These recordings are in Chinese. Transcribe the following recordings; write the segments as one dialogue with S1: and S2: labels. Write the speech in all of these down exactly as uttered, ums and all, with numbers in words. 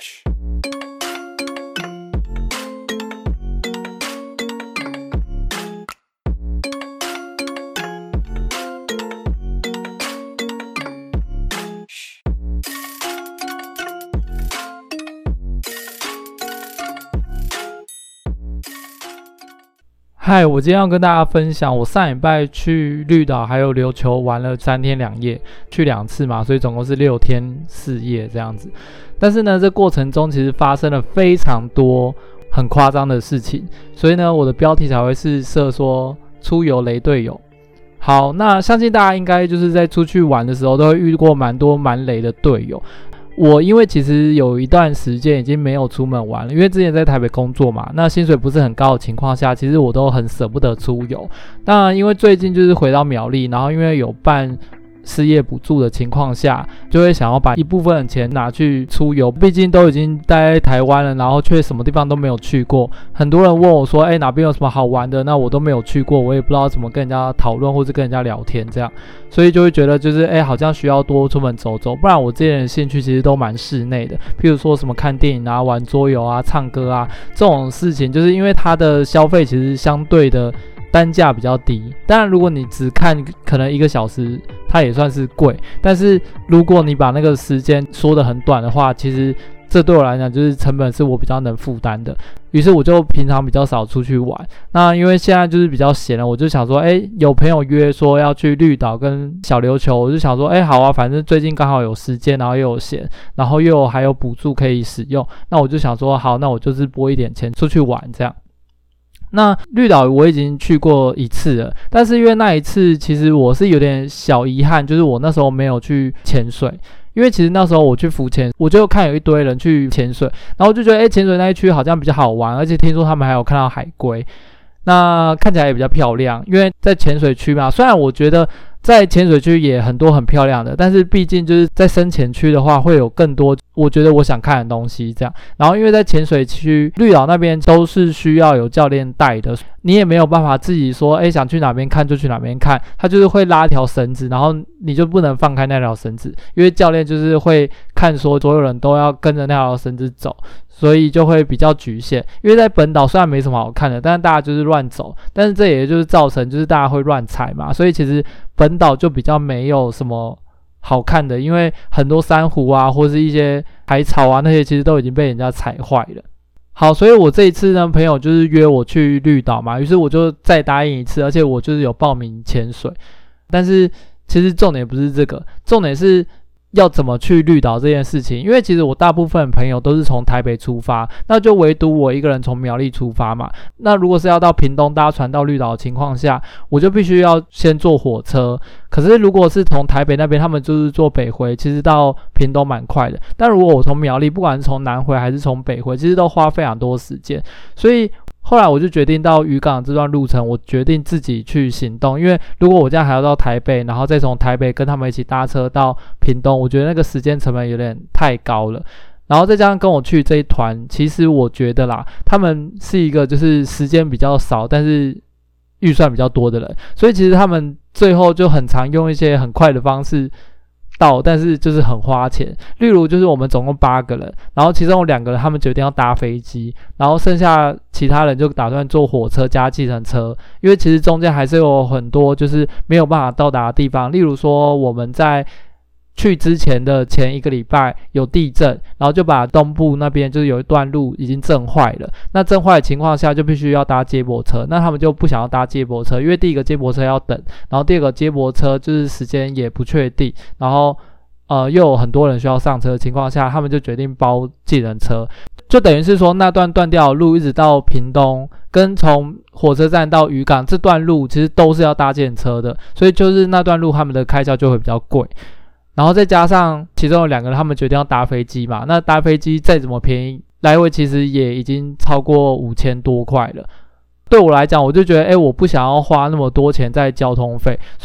S1: 嗨，我今天要跟大家分享，我上礼拜去绿岛还有琉球玩了三天两夜，去两次嘛，所以总共是六天四夜这样子。但是呢，这过程中其实发生了非常多很夸张的事情，所以呢，我的标题才会是设说出游雷队友。好，那相信大家应该就是在出去玩的时候都会遇过蛮多蛮雷的队友。我因为其实有一段时间已经没有出门玩了，因为之前在台北工作嘛，那薪水不是很高的情况下，其实我都很舍不得出游。当然因为最近就是回到苗栗，然后因为有办失业补助的情况下，就会想要把一部分的钱拿去出游，毕竟都已经待在台湾了，然后却什么地方都没有去过。很多人问我说，哎，哪边有什么好玩的？那我都没有去过，我也不知道怎么跟人家讨论或是跟人家聊天这样，所以就会觉得就是，哎，好像需要多出门走走，不然我这些人的兴趣其实都蛮室内的，譬如说什么看电影啊、玩桌游啊、唱歌啊这种事情，就是因为它的消费其实相对的单价比较低，当然如果你只看可能一个小时它也算是贵，但是如果你把那个时间缩得很短的话，其实这对我来讲就是成本是我比较能负担的，于是我就平常比较少出去玩。那因为现在就是比较闲了，我就想说，哎，有朋友约说要去绿岛跟小琉球，我就想说，哎，好啊，反正最近刚好有时间，然后又有闲，然后又有还有补助可以使用，那我就想说，好，那我就是拨一点钱出去玩这样。那绿岛我已经去过一次了，但是因为那一次其实我是有点小遗憾，就是我那时候没有去潜水，因为其实那时候我去浮潜，我就看有一堆人去潜水，然后就觉得哎，潜水那一区好像比较好玩，而且听说他们还有看到海龟，那看起来也比较漂亮，因为在潜水区嘛，虽然我觉得在潜水区也很多很漂亮的，但是毕竟就是在深潜区的话会有更多我觉得我想看的东西这样。然后因为在潜水区绿岛那边都是需要有教练带的，你也没有办法自己说诶想去哪边看就去哪边看，他就是会拉条绳子，然后你就不能放开那条绳子，因为教练就是会看说所有人都要跟着那条绳子走，所以就会比较局限。因为在本岛虽然没什么好看的，但是大家就是乱走，但是这也就是造成就是大家会乱踩嘛，所以其实本岛就比较没有什么好看的，因为很多珊瑚啊或是一些海草啊那些其实都已经被人家踩坏了。好，所以我这一次呢朋友就是约我去绿岛嘛，于是我就再答应一次，而且我就是有报名潜水。但是其实重点不是这个，重点是要怎么去绿岛这件事情。因为其实我大部分朋友都是从台北出发，那就唯独我一个人从苗栗出发嘛。那如果是要到屏东搭船到绿岛的情况下，我就必须要先坐火车。可是如果是从台北那边，他们就是坐北回，其实到屏东蛮快的。但如果我从苗栗，不管是从南回还是从北回，其实都花非常多时间。所以后来我就决定到渔港这段路程，我决定自己去行动。因为如果我这样还要到台北，然后再从台北跟他们一起搭车到屏东，我觉得那个时间成本有点太高了。然后再加上跟我去这一团，其实我觉得啦，他们是一个就是时间比较少，但是预算比较多的人，所以其实他们最后就很常用一些很快的方式到，但是就是很花钱。例如就是我们总共八个人，然后其中有两个人他们决定要搭飞机，然后剩下其他人就打算坐火车加计程车，因为其实中间还是有很多就是没有办法到达的地方。例如说我们在去之前的前一个礼拜有地震，然后就把东部那边就是有一段路已经震坏了，那震坏的情况下就必须要搭接驳车，那他们就不想要搭接驳车，因为第一个接驳车要等，然后第二个接驳车就是时间也不确定，然后呃又有很多人需要上车的情况下，他们就决定包计程车，就等于是说那段断掉的路一直到屏东跟从火车站到渔港这段路其实都是要搭计程车的，所以就是那段路他们的开销就会比较贵。然后再加上其中有两个人他们决定要搭飞机嘛，那搭飞机再怎么便宜，来回其实也已经超过五千多块了。对我来讲，我就觉得诶我不想要花那么多钱在交通费，所以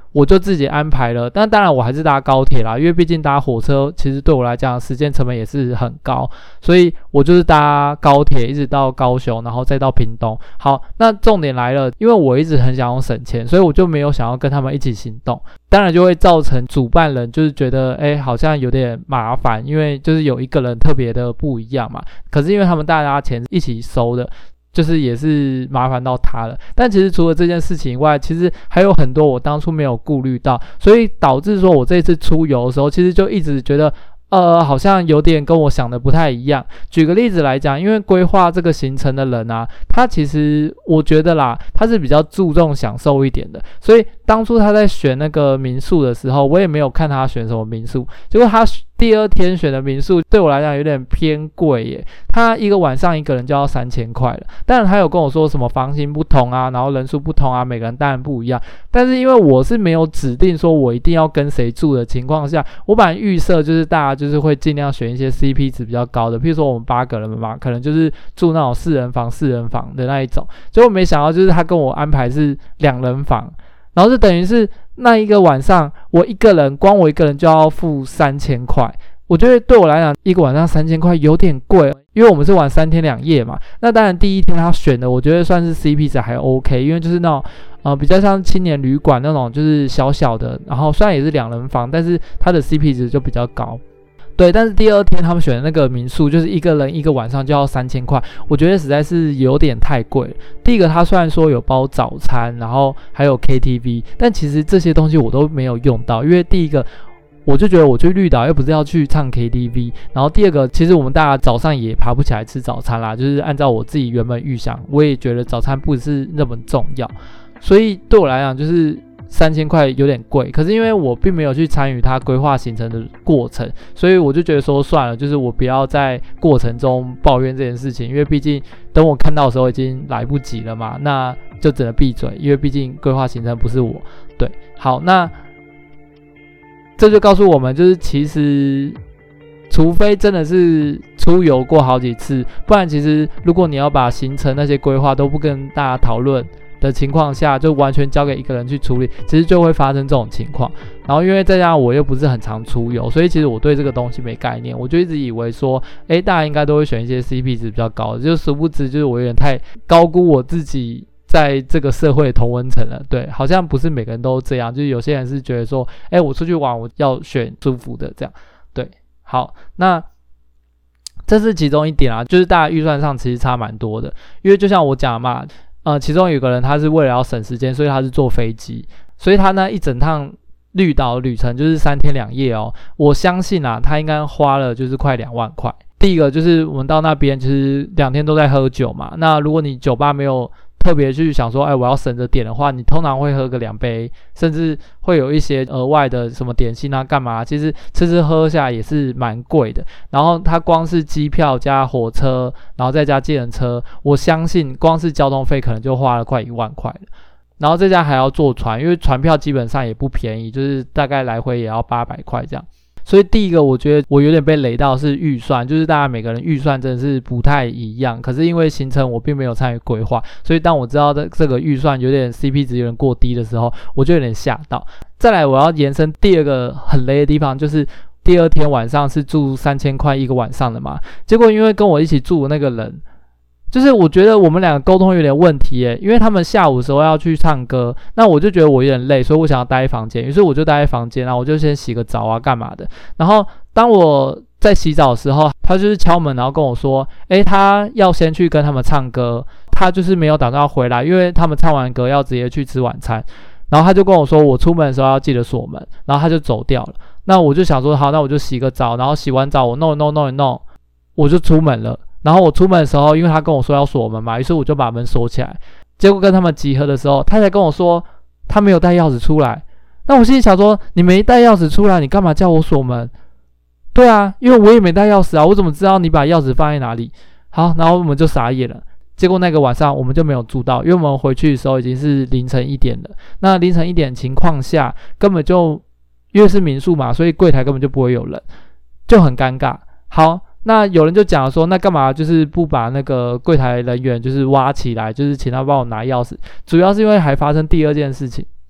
S1: 我就自己安排了，但当然我还是搭高铁啦，因为毕竟搭火车其实对我来讲时间成本也是很高，所以我就是搭高铁一直到高雄，然后再到屏东。好，那重点来了，因为我一直很想要省钱，所以我就没有想要跟他们一起行动，当然就会造成主办人就是觉得哎，好像有点麻烦，因为就是有一个人特别的不一样嘛，可是因为他们大家钱一起收的，就是也是麻烦到他了。但其实除了这件事情以外，其实还有很多我当初没有顾虑到，所以导致说我这次出游的时候，其实就一直觉得呃，好像有点跟我想的不太一样。举个例子来讲，因为规划这个行程的人啊，他其实我觉得啦，他是比较注重享受一点的，所以当初他在选那个民宿的时候，我也没有看他选什么民宿，结果他第二天选的民宿对我来讲有点偏贵耶，他一个晚上一个人就要三千块了。当然他有跟我说什么房型不同啊，然后人数不同啊，每个人当然不一样，但是因为我是没有指定说我一定要跟谁住的情况下，我本来预设就是大家就是会尽量选一些 C P 值比较高的，譬如说我们八个人嘛，可能就是住那种四人房四人房的那一种，结果没想到就是他跟我安排是两人房，然后就等于是那一个晚上我一个人，光我一个人就要付三千块。我觉得对我来讲一个晚上三千块有点贵，因为我们是玩三天两夜嘛。那当然第一天他选的我觉得算是 C P 值还 OK， 因为就是那种呃比较像青年旅馆那种，就是小小的，然后虽然也是两人房，但是它的 C P 值就比较高。对，但是第二天他们选的那个民宿，就是一个人一个晚上就要三千块，我觉得实在是有点太贵了。第一个，他虽然说有包早餐，然后还有 K T V， 但其实这些东西我都没有用到，因为第一个，我就觉得我去绿岛又不是要去唱 K T V， 然后第二个，其实我们大家早上也爬不起来吃早餐啦，就是按照我自己原本预想，我也觉得早餐不是那么重要，所以对我来讲就是三千块有点贵，可是因为我并没有去参与他规划行程的过程，所以我就觉得说算了，就是我不要在过程中抱怨这件事情，因为毕竟等我看到的时候已经来不及了嘛，那就只能闭嘴，因为毕竟规划行程不是我。对，好，那这就告诉我们，就是其实除非真的是出游过好几次，不然其实如果你要把行程那些规划都不跟大家讨论的情况下，就完全交给一个人去处理，其实就会发生这种情况。然后因为再加上我又不是很常出游，所以其实我对这个东西没概念，我就一直以为说诶大家应该都会选一些 C P 值比较高的，就殊不知就是我有点太高估我自己在这个社会的同温层了。对，好像不是每个人都这样，就是有些人是觉得说诶我出去玩我要选舒服的这样。对，好，那这是其中一点啊，就是大家预算上其实差蛮多的，因为就像我讲的嘛，呃，其中有个人他是为了要省时间，所以他是坐飞机，所以他呢一整趟绿岛旅程就是三天两夜哦。我相信啊，他应该花了就是快两万块。第一个就是我们到那边就是两天都在喝酒嘛，那如果你酒吧没有特别去想说，哎，我要省着点的话，你通常会喝个两杯，甚至会有一些额外的什么点心啊，干嘛？其实吃吃喝下来也是蛮贵的。然后它光是机票加火车，然后再加计程车，我相信光是交通费可能就花了快一万块了。然后这家还要坐船，因为船票基本上也不便宜，就是大概来回也要八百块这样。所以第一个我觉得我有点被雷到是预算，就是大家每个人预算真的是不太一样，可是因为行程我并没有参与规划，所以当我知道这个预算有点 C P 值有点过低的时候，我就有点吓到。再来我要延伸第二个很雷的地方，就是第二天晚上是住三千块一个晚上的嘛，结果因为跟我一起住的那个人，就是我觉得我们两个沟通有点问题耶，因为他们下午的时候要去唱歌，那我就觉得我有点累，所以我想要待在房间，于是我就待在房间，然后我就先洗个澡啊干嘛的。然后当我在洗澡的时候，他就是敲门，然后跟我说，诶，他要先去跟他们唱歌，他就是没有打算要回来，因为他们唱完歌要直接去吃晚餐。然后他就跟我说，我出门的时候要记得锁门，然后他就走掉了。那我就想说，好，那我就洗个澡，然后洗完澡我弄一弄弄一弄，我就出门了。然后我出门的时候，因为他跟我说要锁门嘛，于是我就把门锁起来。结果跟他们集合的时候，他才跟我说他没有带钥匙出来。那我心里想说，你没带钥匙出来，你干嘛叫我锁门？对啊，因为我也没带钥匙啊，我怎么知道你把钥匙放在哪里？好，然后我们就傻眼了。结果那个晚上我们就没有住到，因为我们回去的时候已经是凌晨一点了。那凌晨一点的情况下，根本就因为是民宿嘛，所以柜台根本就不会有人，就很尴尬。好。那有人就讲说，那干嘛就是不把那个柜台人员就是挖起来，就是请他帮我拿钥匙，主要是因为还发生第二件事情，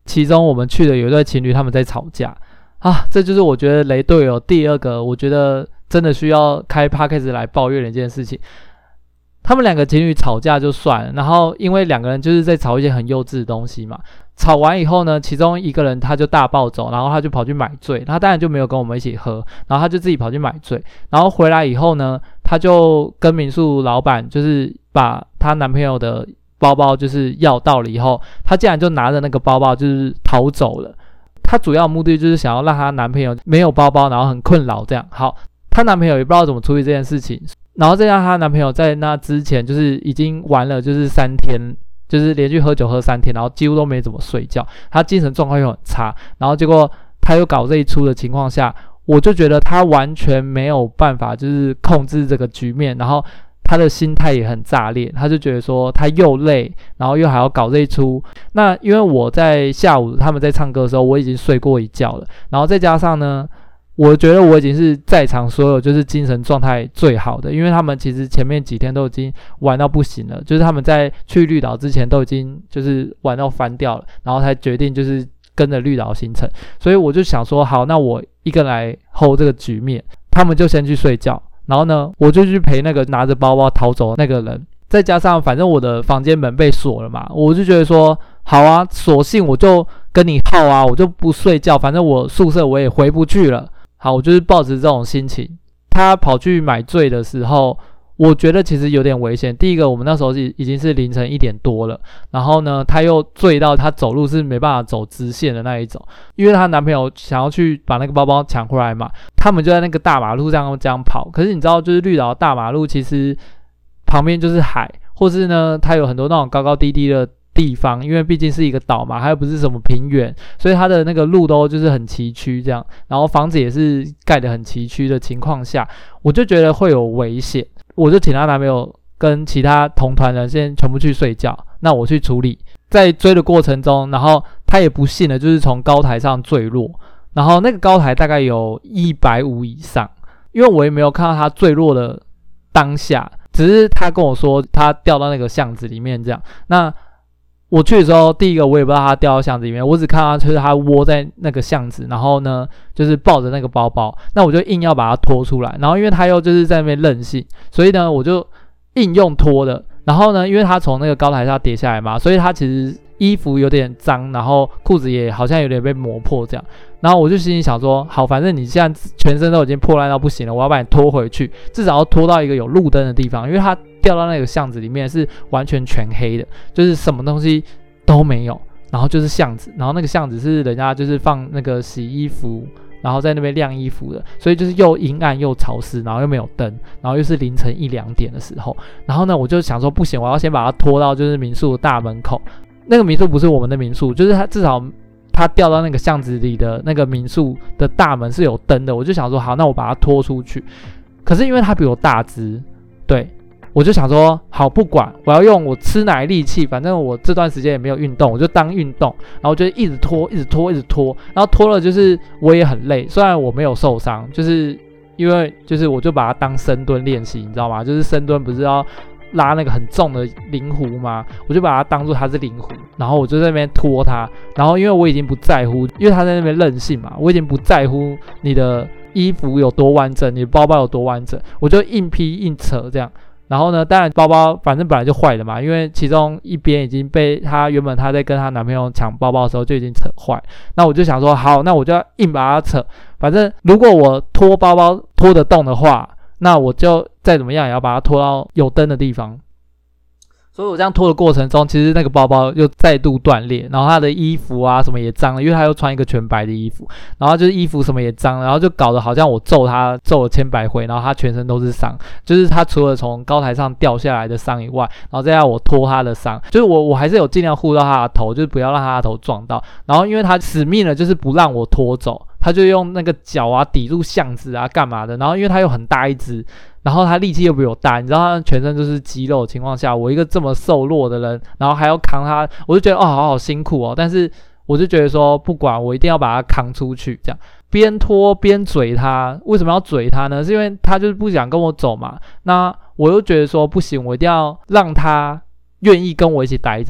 S1: 其中我们去的有一对情侣他们在吵架啊，这就是我觉得雷队友第二个我觉得真的需要开 podcast 来抱怨的一件事情。他们两个情侣吵架就算了，然后因为两个人就是在吵一些很幼稚的东西嘛，吵完以后呢，其中一个人他就大暴走，然后他就跑去买醉，他当然就没有跟我们一起喝，然后他就自己跑去买醉，然后回来以后呢，他就跟民宿老板就是把她男朋友的包包就是要到了以后，他竟然就拿着那个包包就是逃走了。他主要目的就是想要让她男朋友没有包包，然后很困扰这样。好，她男朋友也不知道怎么处理这件事情。然后再加上她男朋友在那之前就是已经玩了就是三天，就是连续喝酒喝三天，然后几乎都没怎么睡觉，他精神状况又很差，然后结果他又搞这一出的情况下，我就觉得他完全没有办法就是控制这个局面，然后他的心态也很炸裂，他就觉得说他又累，然后又还要搞这一出。那因为我在下午他们在唱歌的时候我已经睡过一觉了，然后再加上呢我觉得我已经是在场所有就是精神状态最好的，因为他们其实前面几天都已经玩到不行了，就是他们在去绿岛之前都已经就是玩到翻掉了，然后才决定就是跟着绿岛行程。所以我就想说好，那我一个人来 hold 这个局面，他们就先去睡觉，然后呢我就去陪那个拿着包包逃走的那个人，再加上反正我的房间门被锁了嘛，我就觉得说好啊，索性我就跟你耗啊，我就不睡觉，反正我宿舍我也回不去了。好，我就是抱着这种心情。他跑去买醉的时候，我觉得其实有点危险。第一个，我们那时候是已经是凌晨一点多了，然后呢，他又醉到他走路是没办法走直线的那一种，因为她男朋友想要去把那个包包抢回来嘛，他们就在那个大马路上这样跑。可是你知道，就是绿岛大马路其实旁边就是海，或是呢，它有很多那种高高低低的地方，因为毕竟是一个岛嘛，还有不是什么平原，所以它的那个路都就是很崎岖这样，然后房子也是盖得很崎岖的情况下，我就觉得会有危险，我就请她男朋友跟其他同团人先全部去睡觉，那我去处理。在追的过程中，然后他也不幸的就是从高台上坠落，然后那个高台大概有一百五以上，因为我也没有看到他坠落的当下，只是他跟我说他掉到那个巷子里面这样。那我去的时候，第一个我也不知道他掉到巷子里面，我只看到就是他窝在那个巷子，然后呢就是抱着那个包包，那我就硬要把他拖出来，然后因为他又就是在那边任性，所以呢我就硬用拖的，然后呢因为他从那个高台上跌下来嘛，所以他其实衣服有点脏，然后裤子也好像有点被磨破这样，然后我就心里想说好，反正你现在全身都已经破烂到不行了，我要把你拖回去，至少要拖到一个有路灯的地方，因为他掉到那个巷子里面是完全全黑的，就是什么东西都没有，然后就是巷子，然后那个巷子是人家就是放那个洗衣服，然后在那边晾衣服的，所以就是又阴暗又潮湿，然后又没有灯，然后又是凌晨一两点的时候，然后呢我就想说不行，我要先把它拖到就是民宿的大门口，那个民宿不是我们的民宿，就是它至少他掉到那个巷子里的那个民宿的大门是有灯的，我就想说好，那我把它拖出去。可是因为他比我大只，对，我就想说好，不管，我要用我吃奶力气，反正我这段时间也没有运动，我就当运动，然后我就一直拖一直拖一直拖，然后拖了就是我也很累，虽然我没有受伤，就是因为就是我就把它当深蹲练习，你知道吗？就是深蹲不是要拉那个很重的灵狐吗？我就把它当作它是灵狐，然后我就在那边拖它，然后因为我已经不在乎，因为他在那边任性嘛，我已经不在乎你的衣服有多完整，你的包包有多完整，我就硬劈硬扯这样。然后呢，当然包包反正本来就坏了嘛，因为其中一边已经被她原本她在跟她男朋友抢包包的时候就已经扯坏，那我就想说好，那我就要硬把它扯，反正如果我拖包包拖得动的话，那我就再怎么样也要把它拖到有灯的地方。所以我这样拖的过程中，其实那个包包又再度断裂，然后他的衣服啊什么也脏了，因为他又穿一个全白的衣服，然后就是衣服什么也脏了，然后就搞得好像我揍他揍了千百回，然后他全身都是伤，就是他除了从高台上掉下来的伤以外，然后再让我拖他的伤，就是我我还是有尽量护到他的头，就是不要让他的头撞到，然后因为他死命了就是不让我拖走，他就用那个脚啊抵住巷子啊干嘛的，然后因为他又很大一只，然后他力气又比我大，你知道他全身就是肌肉的情况下，我一个这么瘦弱的人，然后还要扛他，我就觉得哦好好辛苦哦，但是我就觉得说不管，我一定要把他扛出去，这样边拖边嘴他。为什么要嘴他呢？是因为他就是不想跟我走嘛，那我又觉得说不行，我一定要让他愿意跟我一起待着。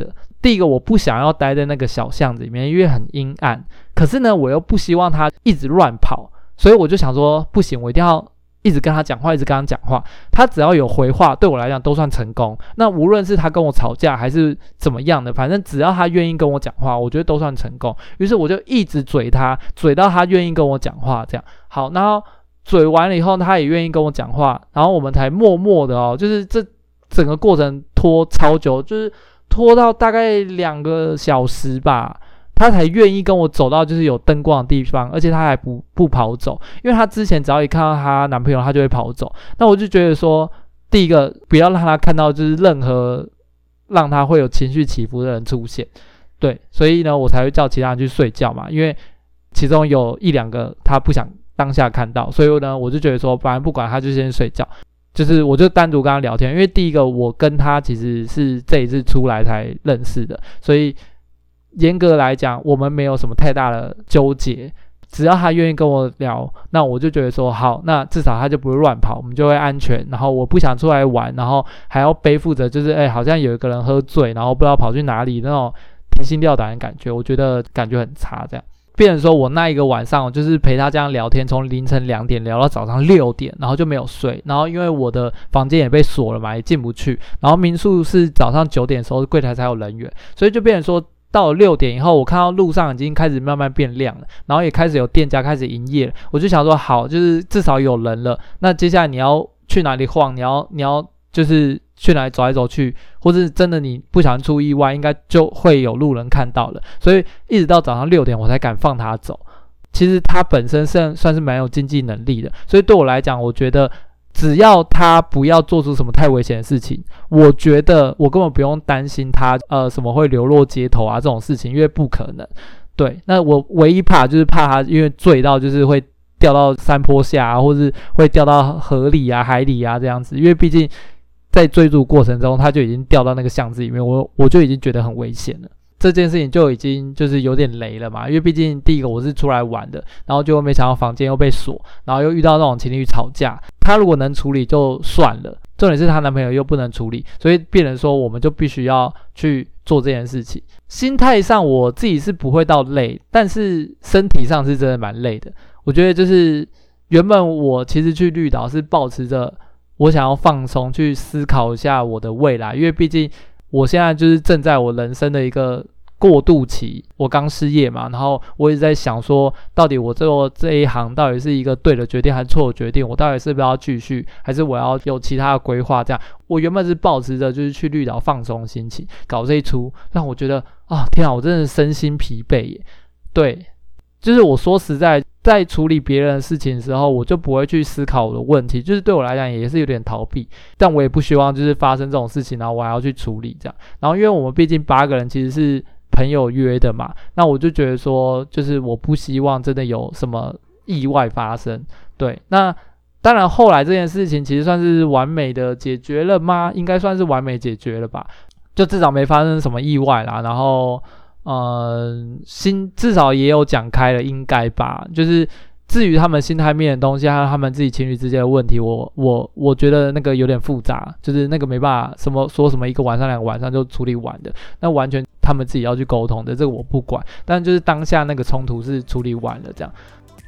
S1: 第一个我不想要待在那个小巷子里面，因为很阴暗，可是呢我又不希望他一直乱跑，所以我就想说不行，我一定要一直跟他讲话，一直跟他讲话，他只要有回话对我来讲都算成功。那无论是他跟我吵架还是怎么样的，反正只要他愿意跟我讲话，我觉得都算成功。于是我就一直嘴他，嘴到他愿意跟我讲话，这样好，然后嘴完了以后他也愿意跟我讲话，然后我们才默默的哦，就是这整个过程拖超久，就是拖到大概两个小时吧，他才愿意跟我走到就是有灯光的地方，而且他还不不跑走，因为他之前只要一看到他男朋友他就会跑走。那我就觉得说，第一个不要让他看到就是任何让他会有情绪起伏的人出现，对，所以呢我才会叫其他人去睡觉嘛，因为其中有一两个他不想当下看到，所以呢我就觉得说反正不管，他就先睡觉，就是我就单独跟他聊天。因为第一个我跟他其实是这一次出来才认识的，所以严格来讲我们没有什么太大的纠结，只要他愿意跟我聊，那我就觉得说好，那至少他就不会乱跑，我们就会安全。然后我不想出来玩，然后还要背负着就是哎、欸，好像有一个人喝醉然后不知道跑去哪里那种提心吊胆的感觉，我觉得感觉很差。这样变成说我那一个晚上就是陪他这样聊天，从凌晨两点聊到早上六点，然后就没有睡。然后因为我的房间也被锁了嘛，也进不去，然后民宿是早上九点的时候柜台才有人员，所以就变成说到了六点以后，我看到路上已经开始慢慢变亮了，然后也开始有店家开始营业了。我就想说好，就是至少有人了，那接下来你要去哪里晃，你要你要就是去哪里走来走去，或是真的你不想出意外，应该就会有路人看到了。所以一直到早上六点我才敢放他走。其实他本身算算是蛮有经济能力的，所以对我来讲，我觉得只要他不要做出什么太危险的事情，我觉得我根本不用担心他呃什么会流落街头啊这种事情，因为不可能。对，那我唯一怕就是怕他因为醉到就是会掉到山坡下啊，或是会掉到河里啊海里啊这样子，因为毕竟在追逐过程中他就已经掉到那个巷子里面，我我就已经觉得很危险了。这件事情就已经就是有点雷了嘛，因为毕竟第一个我是出来玩的，然后就没想到房间又被锁，然后又遇到那种情侣吵架，他如果能处理就算了，重点是她男朋友又不能处理，所以变成说我们就必须要去做这件事情。心态上我自己是不会到累，但是身体上是真的蛮累的。我觉得就是原本我其实去绿岛是抱持着我想要放松，去思考一下我的未来，因为毕竟我现在就是正在我人生的一个过渡期，我刚失业嘛，然后我一直在想说，到底我做这一行到底是一个对的决定还是错的决定？我到底是不是要继续，还是我要有其他的规划？这样，我原本是抱持着就是去绿岛放松心情，搞这一出，让我觉得啊，天啊，我真的身心疲惫耶。对，就是我说实在，在处理别人的事情的时候，我就不会去思考我的问题，就是对我来讲也是有点逃避，但我也不希望就是发生这种事情，然后我还要去处理这样。然后因为我们毕竟八个人其实是朋友约的嘛，那我就觉得说，就是我不希望真的有什么意外发生。对，那当然后来这件事情其实算是完美的解决了吗？应该算是完美解决了吧，就至少没发生什么意外啦。然后呃，心至少也有讲开了，应该吧。就是至于他们心态面的东西，还有他们自己情侣之间的问题，我我我觉得那个有点复杂，就是那个没办法什么说什么一个晚上两个晚上就处理完的，那完全他们自己要去沟通的，这个我不管。但就是当下那个冲突是处理完了，这样。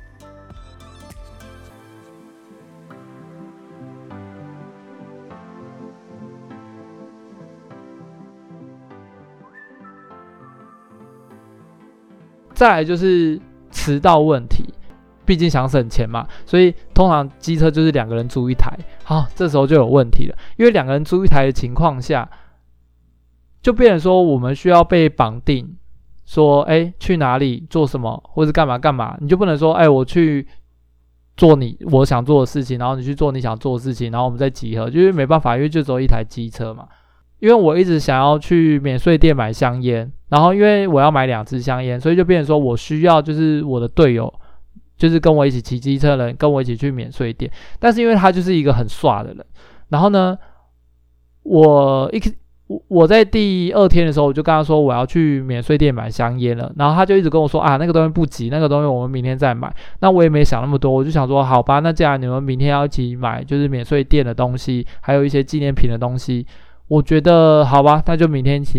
S1: 再来就是迟到问题，毕竟想省钱嘛，所以通常机车就是两个人租一台。好，这时候就有问题了，因为两个人租一台的情况下，就变成说我们需要被绑定，说哎去哪里做什么，或是干嘛干嘛，你就不能说哎我去做你我想做的事情，然后你去做你想做的事情，然后我们再集合，就是没办法，因为就只有一台机车嘛。因为我一直想要去免税店买香烟，然后因为我要买两支香烟，所以就变成说我需要就是我的队友，就是跟我一起骑机车的人跟我一起去免税店。但是因为他就是一个很耍的人，然后呢，我一我在第二天的时候我就跟他说我要去免税店买香烟了，然后他就一直跟我说啊那个东西不急，那个东西我们明天再买。那我也没想那么多，我就想说好吧，那既然你们明天要一起买就是免税店的东西，还有一些纪念品的东西，我觉得好吧，那就明天一起买。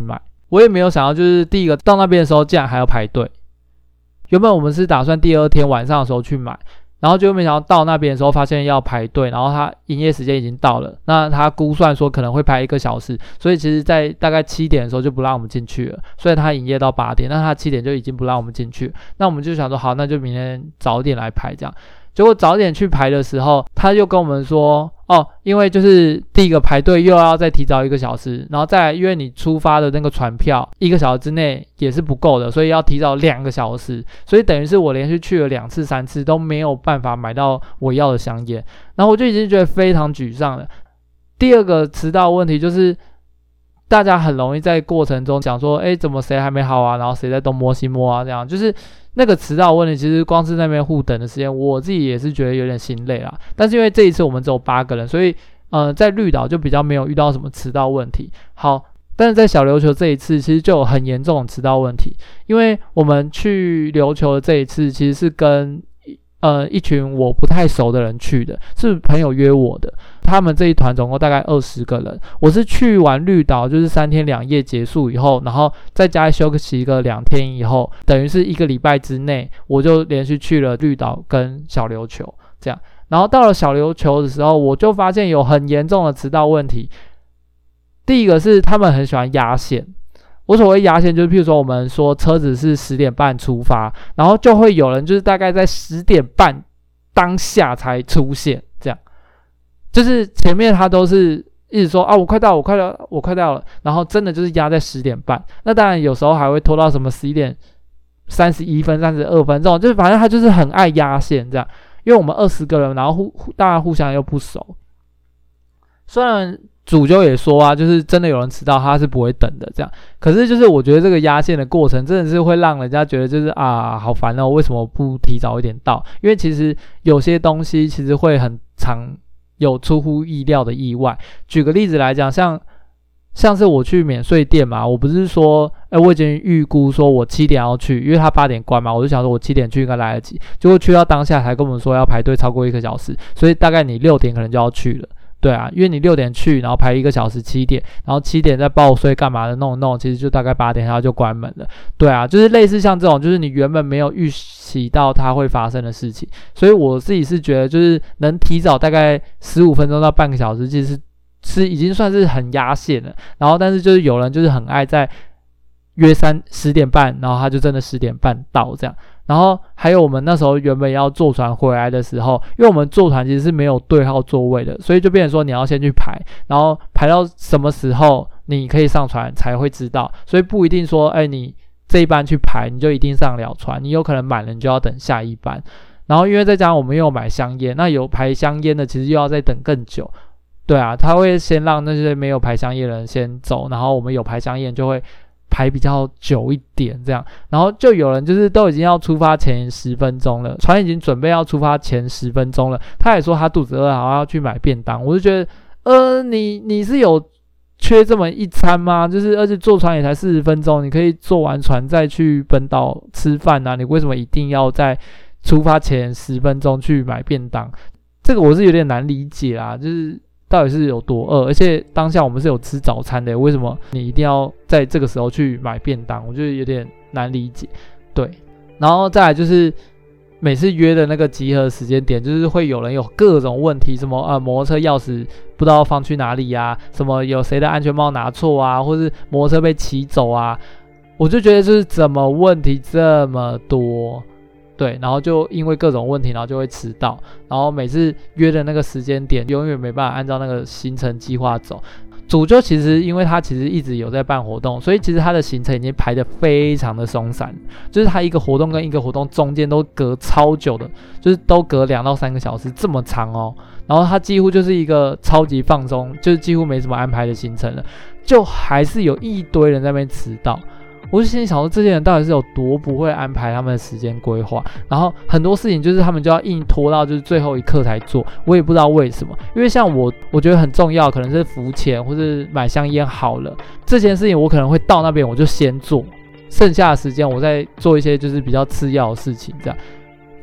S1: 我也没有想到就是第一个到那边的时候竟然还要排队。原本我们是打算第二天晚上的时候去买，然后就没想到到那边的时候发现要排队，然后他营业时间已经到了，那他估算说可能会排一个小时，所以其实在大概七点的时候就不让我们进去了，所以他营业到八点，那他七点就已经不让我们进去，那我们就想说好，那就明天早点来排这样。结果早点去排的时候，他就跟我们说，哦，因为就是第一个排队又要再提早一个小时，然后再来因为你出发的那个船票一个小时之内也是不够的，所以要提早两个小时，所以等于是我连续去了两次三次都没有办法买到我要的香烟，然后我就已经觉得非常沮丧了。第二个迟到问题就是大家很容易在过程中讲说，哎，怎么谁还没好啊，然后谁在东摸西摸啊，这样就是那个迟到问题，其实光是那边互等的时间，我自己也是觉得有点心累啦。但是因为这一次我们只有八个人，所以呃，在绿岛就比较没有遇到什么迟到问题。好，但是在小琉球这一次，其实就有很严重的迟到问题，因为我们去琉球的这一次，其实是跟呃一群我不太熟的人去的，是朋友约我的。他们这一团总共大概二十个人，我是去完绿岛就是三天两夜结束以后，然后在家休息个两天以后，等于是一个礼拜之内，我就连续去了绿岛跟小琉球这样。然后到了小琉球的时候，我就发现有很严重的迟到问题。第一个是他们很喜欢压线，我所谓压线就是譬如说我们说车子是十点半出发，然后就会有人就是大概在十点半当下才出现，这样就是前面他都是一直说啊我快到了我快到了我快到了，然后真的就是压在十点半，那当然有时候还会拖到什么十一点三十一分三十二分这种，就是反正他就是很爱压线这样。因为我们二十个人，然后互大家互相又不熟，虽然主揪也说啊，就是真的有人迟到他是不会等的这样，可是就是我觉得这个压线的过程真的是会让人家觉得就是啊好烦哦，为什么不提早一点到？因为其实有些东西其实会很常有出乎意料的意外。举个例子来讲，像像是我去免税店嘛，我不是说，哎，我已经预估说我七点要去，因为他八点关嘛，我就想说我七点去应该来得及，结果去到当下才跟我们说要排队超过一个小时，所以大概你六点可能就要去了。对啊，因为你六点去，然后排一个小时，七点，然后七点再报税干嘛的弄弄，其实就大概八点它就关门了。对啊，就是类似像这种，就是你原本没有预期到它会发生的事情，所以我自己是觉得，就是能提早大概十五分钟到半个小时，其实是是已经算是很压线了。然后，但是就是有人就是很爱在约三十点半，然后他就真的十点半到这样。然后还有我们那时候原本要坐船回来的时候，因为我们坐船其实是没有对号座位的，所以就变成说你要先去排，然后排到什么时候你可以上船才会知道，所以不一定说，哎，你这一班去排你就一定上了船，你有可能满了你就要等下一班。然后因为再加上我们又有买香烟，那有排香烟的其实又要再等更久。对啊，他会先让那些没有排香烟的人先走，然后我们有排香烟就会排比较久一点这样，然后就有人就是都已经要出发前十分钟了，船已经准备要出发前十分钟了，他也说他肚子饿，好像要去买便当。我就觉得，呃，你你是有缺这么一餐吗？就是而且坐船也才四十分钟，你可以坐完船再去本岛吃饭啊，你为什么一定要在出发前十分钟去买便当？这个我是有点难理解啦，就是到底是有多饿，而且当下我们是有吃早餐的，为什么你一定要在这个时候去买便当？我觉得有点难理解。对，然后再来就是每次约的那个集合时间点，就是会有人有各种问题，什么呃摩托车钥匙不知道放去哪里啊，什么有谁的安全帽拿错啊，或是摩托车被骑走啊，我就觉得就是怎么问题这么多。对，然后就因为各种问题，然后就会迟到，然后每次约的那个时间点永远没办法按照那个行程计划走。主揪其实因为他其实一直有在办活动，所以其实他的行程已经排得非常的松散，就是他一个活动跟一个活动中间都隔超久的，就是都隔两到三个小时这么长哦。然后他几乎就是一个超级放松，就是几乎没什么安排的行程了，就还是有一堆人在那边迟到。我就心里想说，这些人到底是有多不会安排他们的时间规划，然后很多事情就是他们就要硬拖到就是最后一刻才做，我也不知道为什么。因为像我，我觉得很重要，可能是浮潜或是买香烟好了，这件事情我可能会到那边我就先做，剩下的时间我再做一些就是比较次要的事情这样。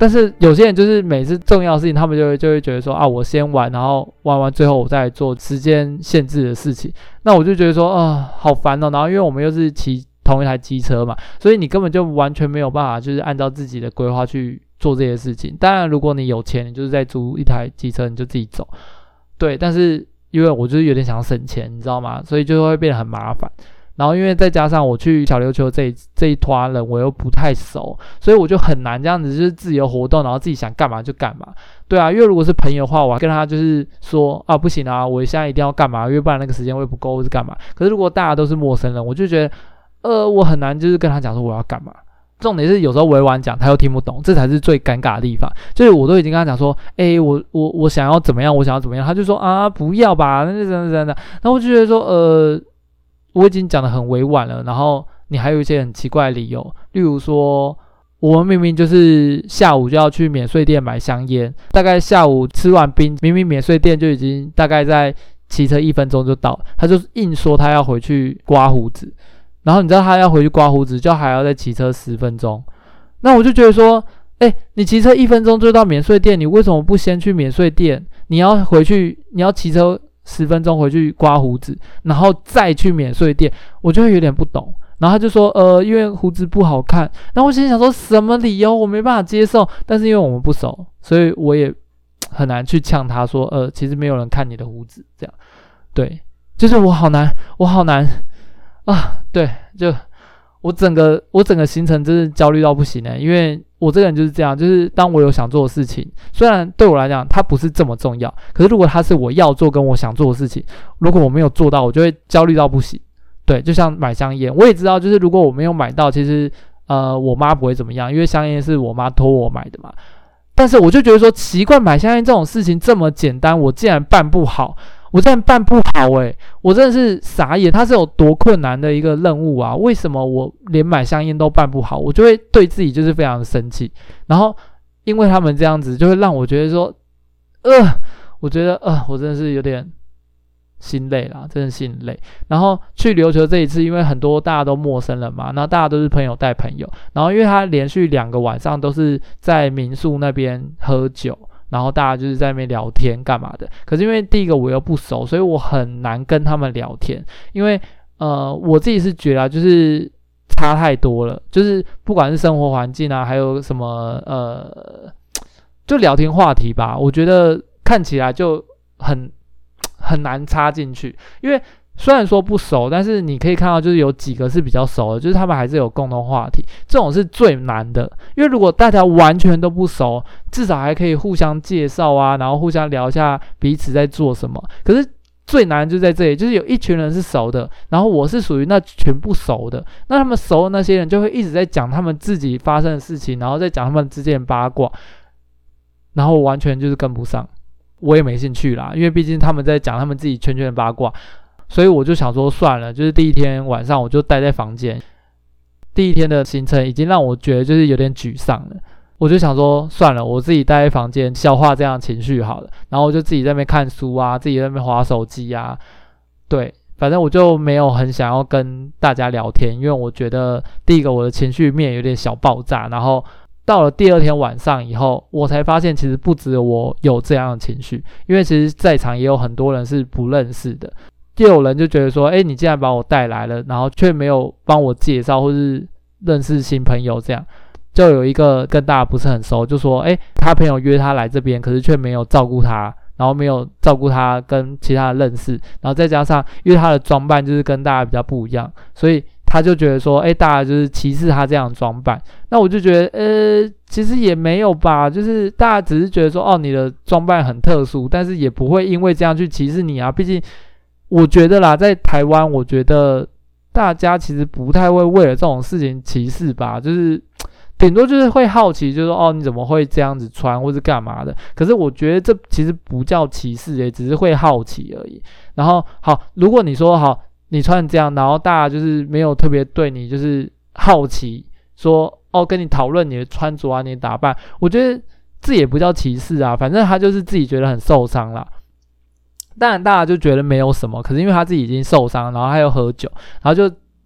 S1: 但是有些人就是每次重要的事情，他们就会就会觉得说啊，我先玩，然后玩完最后我再做时间限制的事情。那我就觉得说啊，好烦哦。然后因为我们又是骑同一台机车嘛，所以你根本就完全没有办法，就是按照自己的规划去做这些事情。当然，如果你有钱，你就是再租一台机车，你就自己走。对，但是因为我就是有点想省钱，你知道吗？所以就会变得很麻烦。然后因为再加上我去小琉球这一这一团人我又不太熟，所以我就很难这样子就是自由活动，然后自己想干嘛就干嘛。对啊，因为如果是朋友的话，我跟他就是说啊不行啊，我现在一定要干嘛，因为不然那个时间会不够或是干嘛。可是如果大家都是陌生人，我就觉得呃我很难就是跟他讲说我要干嘛。重点是有时候委婉讲他又听不懂，这才是最尴尬的地方。就是我都已经跟他讲说，哎、欸，我我我想要怎么样，我想要怎么样，他就说啊不要吧，那是真的真的。然后我就觉得说，呃，我已经讲得很委婉了，然后你还有一些很奇怪的理由，例如说，我们明明就是下午就要去免税店买香烟，大概下午吃完冰，明明免税店就已经大概在骑车一分钟就到，他就硬说他要回去刮胡子。然后你知道他要回去刮胡子，就还要再骑车十分钟。那我就觉得说，哎，你骑车一分钟就到免税店，你为什么不先去免税店？你要回去，你要骑车十分钟回去刮胡子，然后再去免税店，我就会有点不懂。然后他就说，呃，因为胡子不好看。然后我心里想说，什么理由？我没办法接受。但是因为我们不熟，所以我也很难去呛他说，呃，其实没有人看你的胡子，这样。对，就是我好难，我好难。啊，对，就我整个我整个行程真是焦虑到不行欸，因为我这个人就是这样，就是当我有想做的事情，虽然对我来讲它不是这么重要，可是如果它是我要做跟我想做的事情，如果我没有做到，我就会焦虑到不行。对，就像买香烟，我也知道，就是如果我没有买到，其实呃我妈不会怎么样，因为香烟是我妈托我买的嘛。但是我就觉得说，奇怪，买香烟这种事情这么简单，我竟然办不好。我真的办不好诶、欸，我真的是傻眼，它是有多困难的一个任务啊？为什么我连买香烟都办不好？我就会对自己就是非常的生气，然后因为他们这样子，就会让我觉得说，呃，我觉得呃，我真的是有点心累啦，真的心累。然后去琉球这一次，因为很多大家都陌生人嘛，然后大家都是朋友带朋友，然后因为他连续两个晚上都是在民宿那边喝酒。然后大家就是在那边聊天干嘛的，可是因为第一个我又不熟，所以我很难跟他们聊天，因为呃我自己是觉得就是差太多了，就是不管是生活环境啊，还有什么呃就聊天话题吧，我觉得看起来就很很难插进去，因为虽然说不熟，但是你可以看到就是有几个是比较熟的，就是他们还是有共同话题，这种是最难的。因为如果大家完全都不熟，至少还可以互相介绍啊，然后互相聊一下彼此在做什么。可是最难就在这里，就是有一群人是熟的，然后我是属于那群不熟的，那他们熟的那些人就会一直在讲他们自己发生的事情，然后再讲他们之间的八卦，然后我完全就是跟不上，我也没兴趣啦，因为毕竟他们在讲他们自己圈圈的八卦。所以我就想说算了，就是第一天晚上我就待在房间，第一天的行程已经让我觉得就是有点沮丧了，我就想说算了，我自己待在房间消化这样的情绪好了，然后我就自己在那边看书啊，自己在那边滑手机啊，对，反正我就没有很想要跟大家聊天，因为我觉得第一个我的情绪面有点小爆炸，然后到了第二天晚上以后，我才发现其实不只我有这样的情绪，因为其实在场也有很多人是不认识的，就有人就觉得说，哎，你既然把我带来了，然后却没有帮我介绍或是认识新朋友，这样就有一个跟大家不是很熟，就说，哎，他朋友约他来这边，可是却没有照顾他，然后没有照顾他跟其他的认识，然后再加上因为他的装扮就是跟大家比较不一样，所以他就觉得说，哎，大家就是歧视他这样的装扮。那我就觉得，呃，其实也没有吧，就是大家只是觉得说，哦，你的装扮很特殊，但是也不会因为这样去歧视你啊，毕竟。我觉得啦，在台湾，我觉得大家其实不太会为了这种事情歧视吧，就是顶多就是会好奇，就是说哦，你怎么会这样子穿，或是干嘛的？可是我觉得这其实不叫歧视诶，只是会好奇而已。然后好，如果你说好，你穿这样，然后大家就是没有特别对你就是好奇，说哦，跟你讨论你的穿着啊，你的打扮，我觉得这也不叫歧视啊，反正他就是自己觉得很受伤啦。当然大家就觉得没有什么，可是因为他自己已经受伤，然后他又喝酒，然后就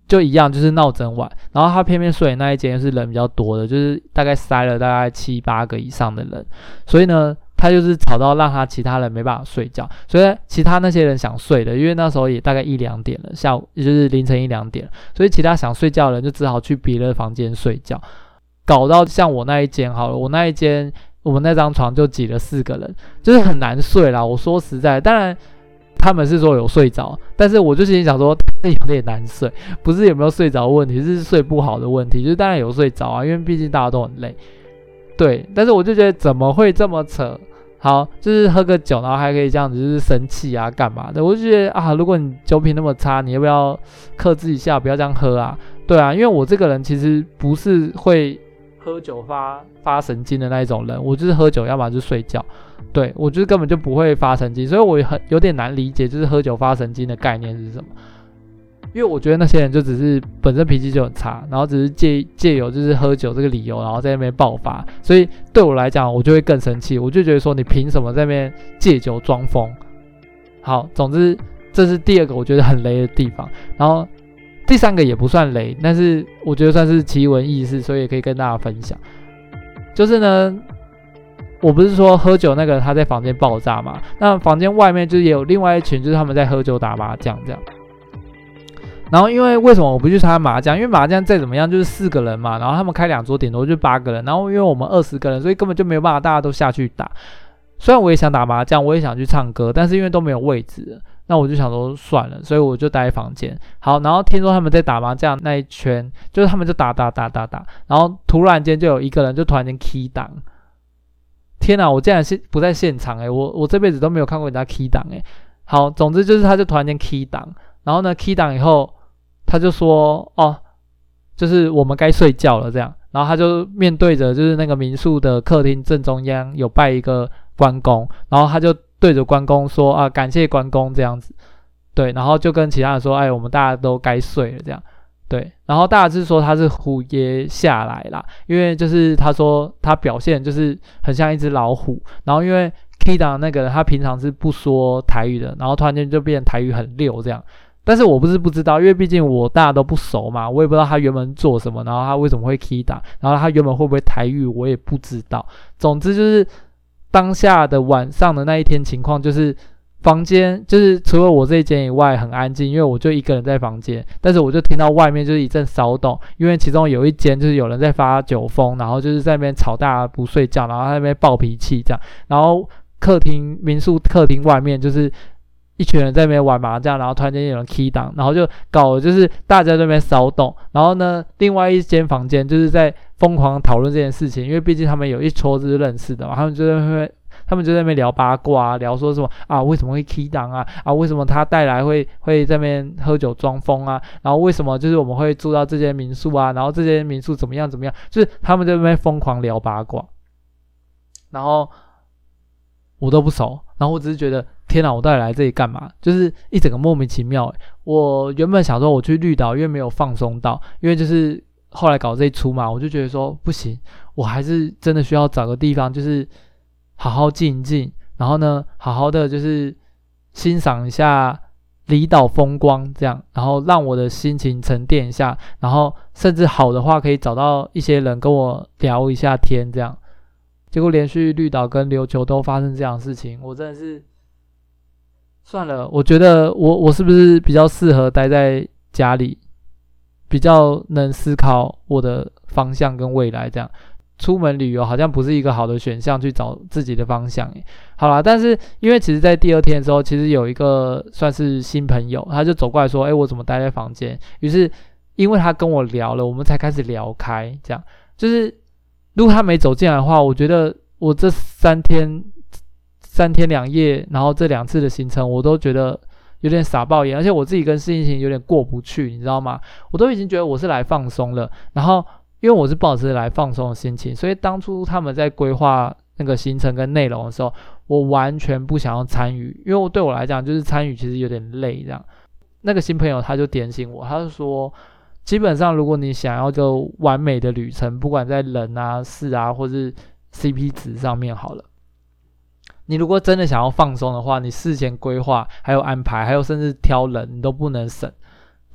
S1: 就一样，就是闹整晚，然后他偏偏睡的那一间是人比较多的，就是大概塞了大概七八个以上的人，所以呢他就是吵到让他其他人没办法睡觉，所以其他那些人想睡的，因为那时候也大概一两点了，下午也就是凌晨一两点，所以其他想睡觉的人就只好去别的房间睡觉，搞到像我那一间好了，我那一间我们那张床就挤了四个人，就是很难睡啦。我说实在，当然他们是说有睡着，但是我就心里想说有点难睡，不是有没有睡着的问题，是睡不好的问题，就是当然有睡着啊，因为毕竟大家都很累。对，但是我就觉得怎么会这么扯？好，就是喝个酒，然后还可以这样子，就是生气啊，干嘛的？我就觉得啊，如果你酒品那么差，你要不要克制一下，不要这样喝啊？对啊，因为我这个人其实不是会喝酒发发神经的那一种人，我就是喝酒，要么就睡觉。对，我就是根本就不会发神经，所以我很有点难理解，就是喝酒发神经的概念是什么？因为我觉得那些人就只是本身脾气就很差，然后只是借借由就是喝酒这个理由，然后在那边爆发，所以对我来讲，我就会更生气，我就觉得说你凭什么在那边借酒装疯？好，总之这是第二个我觉得很雷的地方，然后第三个也不算雷，但是我觉得算是奇闻异事，所以也可以跟大家分享。就是呢，我不是说喝酒那个人他在房间爆炸嘛，那房间外面就是也有另外一群，就是他们在喝酒打麻将这样。然后因为为什么我不去参加麻将？因为麻将再怎么样就是四个人嘛，然后他们开两桌顶多就八个人，然后因为我们二十个人，所以根本就没有办法大家都下去打。虽然我也想打麻将，我也想去唱歌，但是因为都没有位置，那我就想说算了，所以我就待在房间。好，然后听说他们在打麻将那一圈，就是他们就打打打打打，然后突然间就有一个人就突然间 key 档。天哪，我竟然是不在现场欸，我我这辈子都没有看过人家 key 档欸。好，总之就是他就突然间 key 档，然后呢 key 档以后。他就说哦，就是我们该睡觉了这样，然后他就面对着就是那个民宿的客厅正中央有拜一个关公，然后他就对着关公说啊，感谢关公这样子，对，然后就跟其他人说，哎，我们大家都该睡了这样，对，然后大家是说他是虎爷下来啦，因为就是他说他表现就是很像一只老虎，然后因为 K 档那个人他平常是不说台语的，然后突然间就变台语很溜这样。但是我不是不知道，因为毕竟我大家都不熟嘛，我也不知道他原本做什么，然后他为什么会 key 打，然后他原本会不会台语，我也不知道。总之就是当下的晚上的那一天情况，就是房间就是除了我这一间以外很安静，因为我就一个人在房间，但是我就听到外面就是一阵骚动，因为其中有一间就是有人在发酒疯，然后就是在那边吵大家不睡觉，然后在那边暴脾气这样，然后客厅民宿客厅外面就是。一群人在那边玩麻将，然后突然间有人 key 档，然后就搞的就是大家在那边骚动，然后呢，另外一间房间就是在疯狂讨论这件事情，因为毕竟他们有一撮是认识的嘛，他们就在那边，他们就在那边聊八卦啊，聊说什么啊，为什么会 key 档啊，啊，为什么他带来会会在那边喝酒装疯啊，然后为什么就是我们会住到这间民宿啊，然后这间民宿怎么样怎么样，就是他们在那边疯狂聊八卦，然后我都不熟，然后我只是觉得。天哪，我到底来这里干嘛？就是一整个莫名其妙欸。我原本想说我去绿岛，因为没有放松到，因为就是后来搞这一出嘛，我就觉得说不行，我还是真的需要找个地方，就是好好静一静，然后呢，好好的就是欣赏一下离岛风光，这样，然后让我的心情沉淀一下，然后甚至好的话可以找到一些人跟我聊一下天，这样。结果连续绿岛跟琉球都发生这样的事情，我真的是。算了，我觉得我我是不是比较适合待在家里，比较能思考我的方向跟未来这样。出门旅游好像不是一个好的选项，去找自己的方向耶。好啦，但是因为其实在第二天的时候，其实有一个算是新朋友，他就走过来说，哎，我怎么待在房间？于是因为他跟我聊了，我们才开始聊开这样。就是如果他没走进来的话，我觉得我这三天三天两夜，然后这两次的行程，我都觉得有点傻爆眼，而且我自己跟事情有点过不去，你知道吗？我都已经觉得我是来放松了，然后因为我是抱着来放松的心情，所以当初他们在规划那个行程跟内容的时候，我完全不想要参与，因为我对我来讲就是参与其实有点累这样。那个新朋友他就点醒我，他就说基本上如果你想要一个完美的旅程，不管在人啊事啊或是 C P 值上面好了，你如果真的想要放松的话，你事前规划还有安排还有甚至挑人你都不能省。对，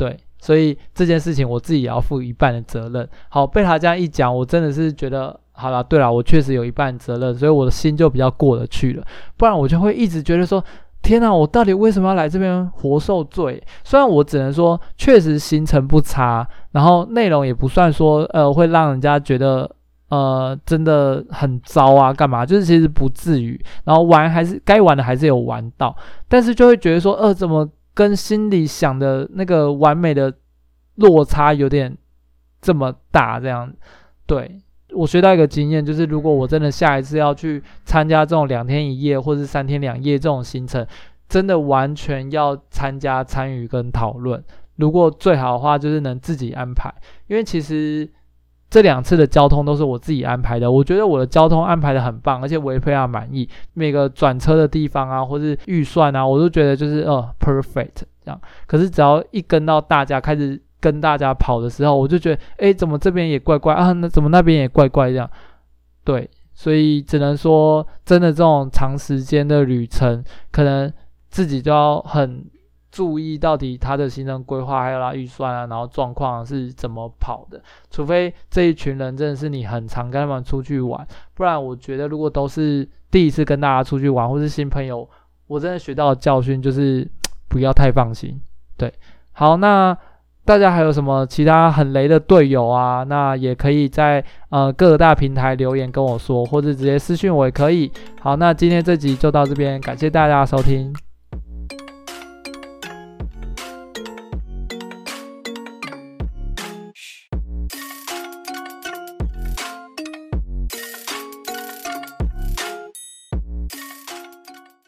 S1: 所以这件事情我自己也要负一半的责任。好，被他这样一讲，我真的是觉得好啦，对啦，我确实有一半责任，所以我的心就比较过得去了。不然我就会一直觉得说，天啊，我到底为什么要来这边活受罪？虽然我只能说，确实行程不差，然后内容也不算说呃会让人家觉得呃真的很糟啊，干嘛？就是其实不至于，然后玩还是该玩的还是有玩到，但是就会觉得说，呃，怎么跟心里想的那个完美的落差有点这么大？这样，对。我学到一个经验，就是如果我真的下一次要去参加这种两天一夜或是三天两夜这种行程，真的完全要参加参与跟讨论。如果最好的话就是能自己安排，因为其实这两次的交通都是我自己安排的，我觉得我的交通安排的很棒，而且我也非常满意。每个转车的地方啊，或是预算啊，我都觉得就是呃 perfect 这样。可是只要一跟到大家开始跟大家跑的时候，我就觉得，哎，怎么这边也怪怪啊？那怎么那边也怪怪这样？对，所以只能说，真的这种长时间的旅程，可能自己就要很注意到底他的行程规划还有他预算啊，然后状况是怎么跑的。除非这一群人真的是你很常跟他们出去玩，不然我觉得如果都是第一次跟大家出去玩，或是新朋友，我真的学到的教训就是不要太放心。对，好，那大家还有什么其他很雷的队友啊？那也可以在呃各大平台留言跟我说，或者直接私讯我也可以。好，那今天这集就到这边，感谢大家的收听。